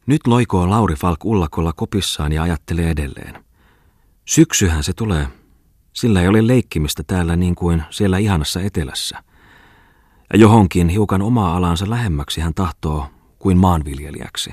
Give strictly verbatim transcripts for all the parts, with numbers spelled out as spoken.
Nyt loikoo Lauri Falk ullakolla kopissaan ja ajattelee edelleen. Syksyhän se tulee. Sillä ei ole leikkimistä täällä niin kuin siellä ihanassa etelässä. Ja johonkin hiukan omaa alansa lähemmäksi hän tahtoo kuin maanviljelijäksi.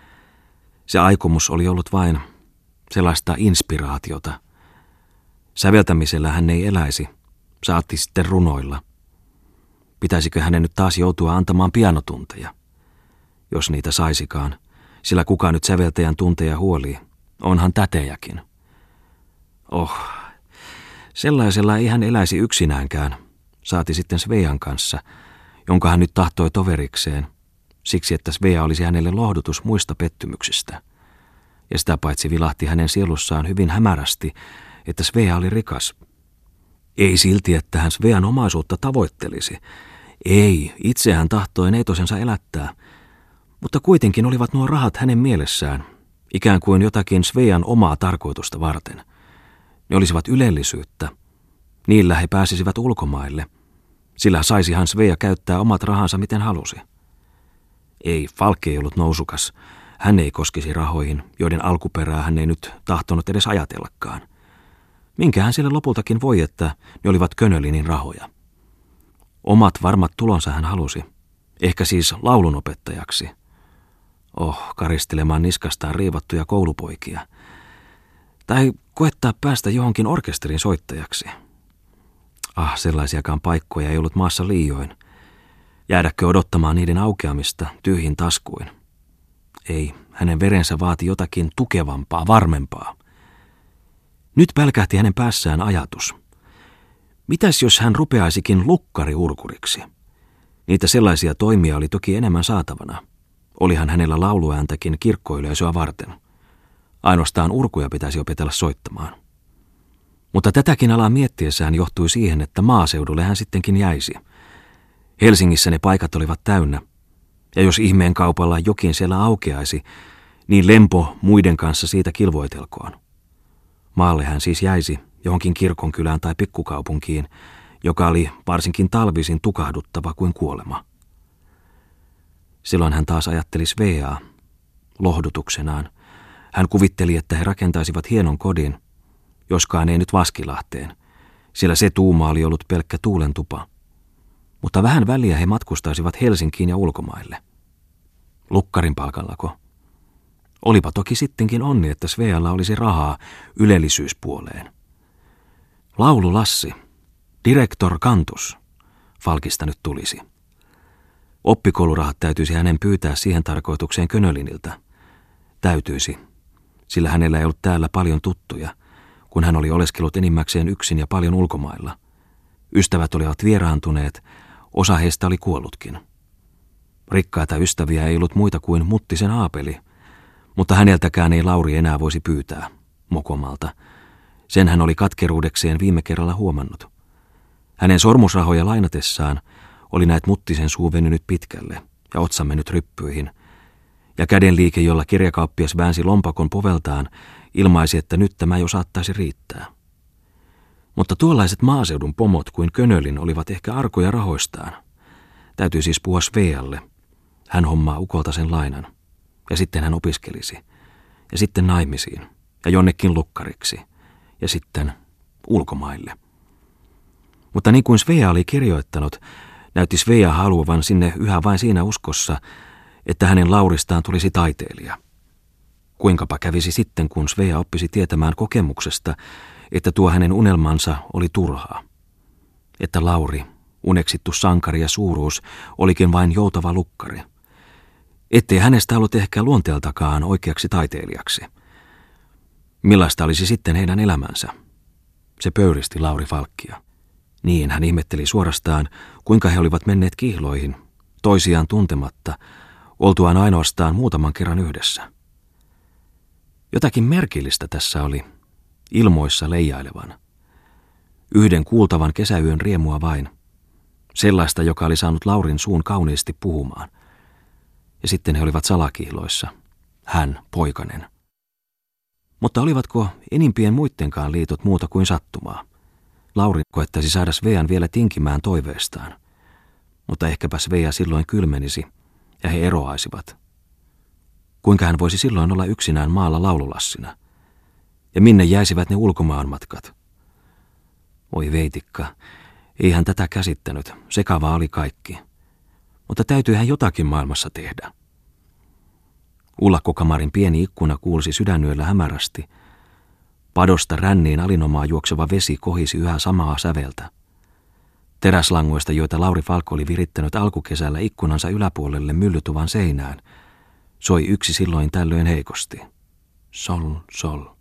Se aikomus oli ollut vain sellaista inspiraatiota. Säveltämisellä hän ei eläisi, saatti sitten runoilla. Pitäisikö hänen nyt taas joutua antamaan pianotunteja? Jos niitä saisikaan, sillä kuka nyt säveltäjän tunteja huolii, onhan tätejäkin. Oh, sellaisella ei hän eläisi yksinäänkään, saati sitten Svean kanssa, jonka hän nyt tahtoi toverikseen, siksi että Svea olisi hänelle lohdutus muista pettymyksistä. Ja sitä paitsi vilahti hänen sielussaan hyvin hämärästi, että Svea oli rikas. Ei silti, että hän Svean omaisuutta tavoittelisi. Ei, itse hän tahtoi neitosensa elättää. Mutta kuitenkin olivat nuo rahat hänen mielessään, ikään kuin jotakin Svean omaa tarkoitusta varten. Ne olisivat ylellisyyttä. Niillä he pääsisivät ulkomaille, sillä saisihan Svea käyttää omat rahansa miten halusi. Ei, Falk ei ollut nousukas. Hän ei koskisi rahoihin, joiden alkuperää hän ei nyt tahtonut edes ajatellakaan. Minkähän sille lopultakin voi, että ne olivat Könölinin rahoja. Omat varmat tulonsa hän halusi, ehkä siis laulunopettajaksi. Oh, karistelemaan niskastaan riivattuja koulupoikia. Tai koettaa päästä johonkin orkesterin soittajaksi. Ah, sellaisiakaan paikkoja ei ollut maassa liioin. Jäädäkö odottamaan niiden aukeamista tyhjin taskuin? Ei, hänen verensä vaati jotakin tukevampaa, varmempaa. Nyt pälkähti hänen päässään ajatus. Mitäs jos hän rupeaisikin lukkariurkuriksi? Niitä sellaisia toimia oli toki enemmän saatavana. Olihan hänellä lauluääntäkin kirkkoyleisöä varten. Ainoastaan urkuja pitäisi opetella soittamaan. Mutta tätäkin alaa miettiessään johtui siihen, että maaseudulle hän sittenkin jäisi. Helsingissä ne paikat olivat täynnä, ja jos ihmeen kaupalla jokin siellä aukeaisi, niin lempo muiden kanssa siitä kilvoitelkoon. Maalle hän siis jäisi johonkin kirkonkylään tai pikkukaupunkiin, joka oli varsinkin talvisin tukahduttava kuin kuolema. Silloin hän taas ajatteli Sveaa lohdutuksenaan. Hän kuvitteli, että he rakentaisivat hienon kodin, joskaan ei nyt Vaskilahteen, sillä se tuuma oli ollut pelkkä tuulentupa. Mutta vähän väliä he matkustaisivat Helsinkiin ja ulkomaille. Lukkarin palkallako? Olipa toki sittenkin onni, että Svealla olisi rahaa ylellisyyspuoleen. Laulu Lassi, direktor Kantus, Falkista nyt tulisi. Oppikoulurahat täytyisi hänen pyytää siihen tarkoitukseen Könöliniltä. Täytyisi, sillä hänellä ei ollut täällä paljon tuttuja, kun hän oli oleskellut enimmäkseen yksin ja paljon ulkomailla. Ystävät olivat vieraantuneet, osa heistä oli kuollutkin. Rikkaita ystäviä ei ollut muita kuin Muttisen Aapeli, mutta häneltäkään ei Lauri enää voisi pyytää, mokomalta. Sen hän oli katkeruudekseen viime kerralla huomannut. Hänen sormusrahoja lainatessaan oli näet Muttisen suu venynyt pitkälle ja otsa mennyt ryppyihin, ja kädenliike, jolla kirjakauppias väänsi lompakon poveltaan, ilmaisi, että nyt tämä jo saattaisi riittää. Mutta tuollaiset maaseudun pomot kuin Könölin olivat ehkä arkoja rahoistaan. Täytyy siis puhua Svealle. Hän hommaa ukolta sen lainan. Ja sitten hän opiskelisi. Ja sitten naimisiin. Ja jonnekin lukkariksi. Ja sitten ulkomaille. Mutta niin kuin Svea oli kirjoittanut, näytti Svea haluavan sinne yhä vain siinä uskossa, että hänen Lauristaan tulisi taiteilija. Kuinkapa kävisi sitten, kun Svea oppisi tietämään kokemuksesta, että tuo hänen unelmansa oli turhaa. Että Lauri, uneksittu sankari ja suuruus, olikin vain joutava lukkari. Ettei hänestä ollut ehkä luonteeltakaan oikeaksi taiteilijaksi. Millaista olisi sitten heidän elämänsä? Se pöyristi Lauri Falkia. Niin hän ihmetteli suorastaan, kuinka he olivat menneet kihloihin, toisiaan tuntematta, oltuaan ainoastaan muutaman kerran yhdessä. Jotakin merkillistä tässä oli, ilmoissa leijailevan. Yhden kuultavan kesäyön riemua vain, sellaista, joka oli saanut Laurin suun kauniisti puhumaan. Ja sitten he olivat salakihloissa, hän poikanen. Mutta olivatko enimpien muittenkaan liitot muuta kuin sattumaa? Lauri koettaisi saada Svean vielä tinkimään toiveestaan, mutta ehkäpä Svea silloin kylmenisi ja he eroaisivat. Kuinka hän voisi silloin olla yksinään maalla laululassina? Ja minne jäisivät ne ulkomaanmatkat? Oi veitikka, ei hän tätä käsittänyt, sekavaa oli kaikki. Mutta täytyyhän jotakin maailmassa tehdä. Ullakkokamarin pieni ikkuna kuulsi sydänyöllä hämärästi. Padosta ränniin alinomaa juokseva vesi kohisi yhä samaa säveltä. Teräslangoista, joita Lauri Falk oli virittänyt alkukesällä ikkunansa yläpuolelle myllytuvan seinään, soi yksi silloin tällöin heikosti. Sol, sol.